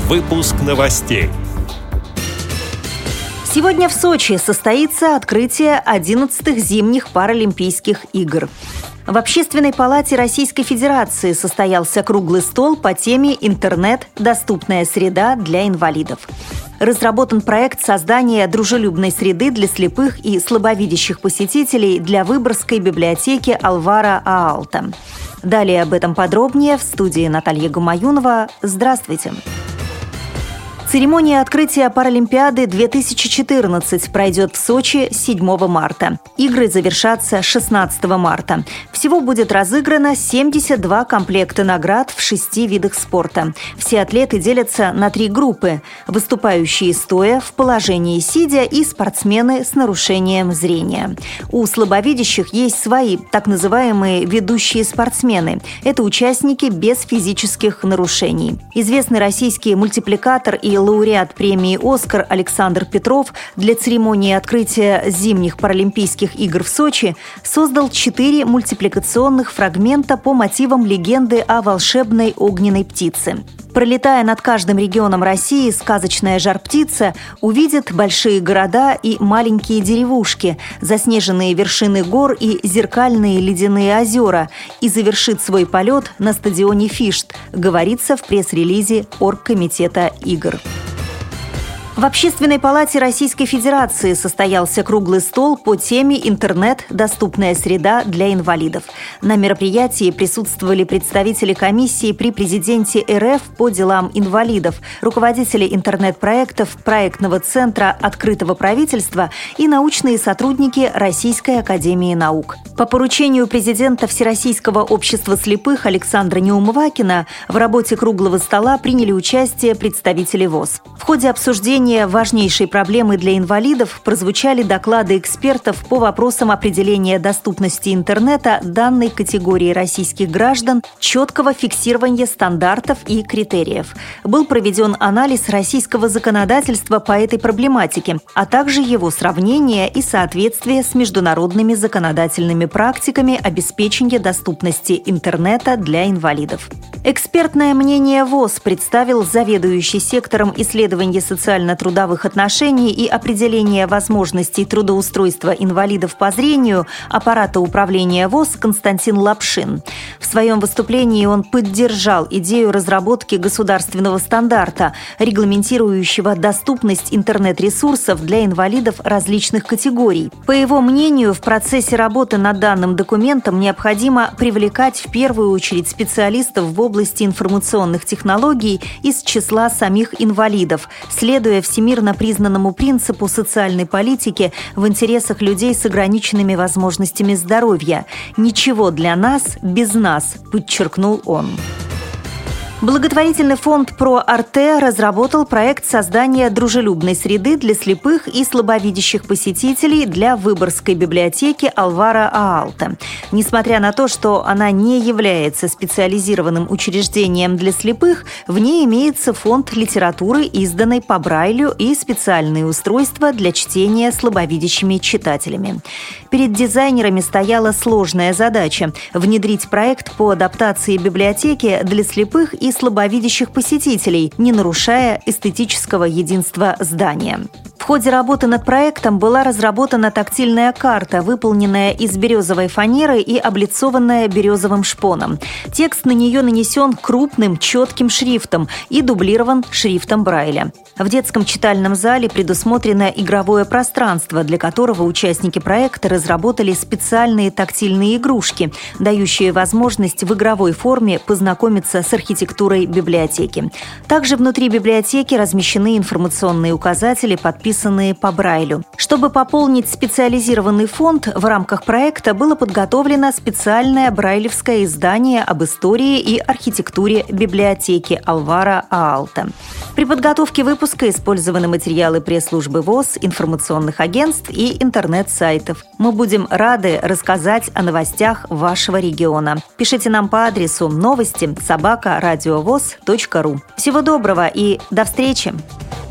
Выпуск новостей. Сегодня в Сочи состоится открытие 11-х зимних Паралимпийских игр. В Общественной палате Российской Федерации состоялся круглый стол по теме «Интернет. Доступная среда для инвалидов». Разработан проект создания дружелюбной среды для слепых и слабовидящих посетителей для Выборгской библиотеки Алвара Аалта. Далее об этом подробнее в студии Наталья Гумаюнова. Здравствуйте! Церемония открытия Паралимпиады 2014 пройдет в Сочи 7 марта. Игры завершатся 16 марта. Всего будет разыграно 72 комплекта наград в 6 видах спорта. Все атлеты делятся на 3 группы – выступающие стоя, в положении сидя и спортсмены с нарушением зрения. У слабовидящих есть свои, так называемые ведущие спортсмены. Это участники без физических нарушений. Известный российский мультипликатор и лауреат премии «Оскар» Александр Петров для церемонии открытия зимних Паралимпийских игр в Сочи создал 4 мультипликационных фрагмента по мотивам легенды о волшебной огненной птице. Пролетая над каждым регионом России, сказочная жар-птица увидит большие города и маленькие деревушки, заснеженные вершины гор и зеркальные ледяные озера и завершит свой полет на стадионе «Фишт», говорится в пресс-релизе Оргкомитета игр. В Общественной палате Российской Федерации состоялся круглый стол по теме «Интернет. Доступная среда для инвалидов». На мероприятии присутствовали представители комиссии при президенте РФ по делам инвалидов, руководители интернет-проектов проектного центра «Открытого правительства» и научные сотрудники Российской академии наук. По поручению президента Всероссийского общества слепых Александра Неумывакина в работе круглого стола приняли участие представители ВОС. В ходе обсуждения важнейшей проблемы для инвалидов прозвучали доклады экспертов по вопросам определения доступности интернета данной категории российских граждан, четкого фиксирования стандартов и критериев. Был проведен анализ российского законодательства по этой проблематике, а также его сравнение и соответствие с международными законодательными практиками обеспечения доступности интернета для инвалидов. Экспертное мнение ВОС представил заведующий сектором исследования социально-трудовых отношений и определения возможностей трудоустройства инвалидов по зрению аппарата управления ВОС Константин Лапшин. В своем выступлении он поддержал идею разработки государственного стандарта, регламентирующего доступность интернет-ресурсов для инвалидов различных категорий. По его мнению, в процессе работы над данным документом необходимо привлекать в первую очередь специалистов в области информационных технологий из числа самих инвалидов, следуя всемирно признанному принципу социальной политики в интересах людей с ограниченными возможностями здоровья. «Ничего для нас без нас», подчеркнул он. Благотворительный фонд «Про-Арте» разработал проект создания дружелюбной среды для слепых и слабовидящих посетителей для Выборгской библиотеки Алвара Аалта. Несмотря на то, что она не является специализированным учреждением для слепых, в ней имеется фонд литературы, изданной по Брайлю, и специальные устройства для чтения слабовидящими читателями. Перед дизайнерами стояла сложная задача – внедрить проект по адаптации библиотеки для слепых и слабовидящих посетителей, не нарушая эстетического единства здания. В ходе работы над проектом была разработана тактильная карта, выполненная из березовой фанеры и облицованная березовым шпоном. Текст на нее нанесен крупным, четким шрифтом и дублирован шрифтом Брайля. В детском читальном зале предусмотрено игровое пространство, для которого участники проекта разработали специальные тактильные игрушки, дающие возможность в игровой форме познакомиться с архитектурой библиотеки. Также внутри библиотеки размещены информационные указатели, подписанные по Брайлю. Чтобы пополнить специализированный фонд, в рамках проекта было подготовлено специальное брайлевское издание об истории и архитектуре библиотеки Алвара Аалта. При подготовке выпуска использованы материалы пресс-службы ВОС, информационных агентств и интернет-сайтов. Мы будем рады рассказать о новостях вашего региона. Пишите нам по адресу новости@радиовос.ру. Всего доброго и до встречи!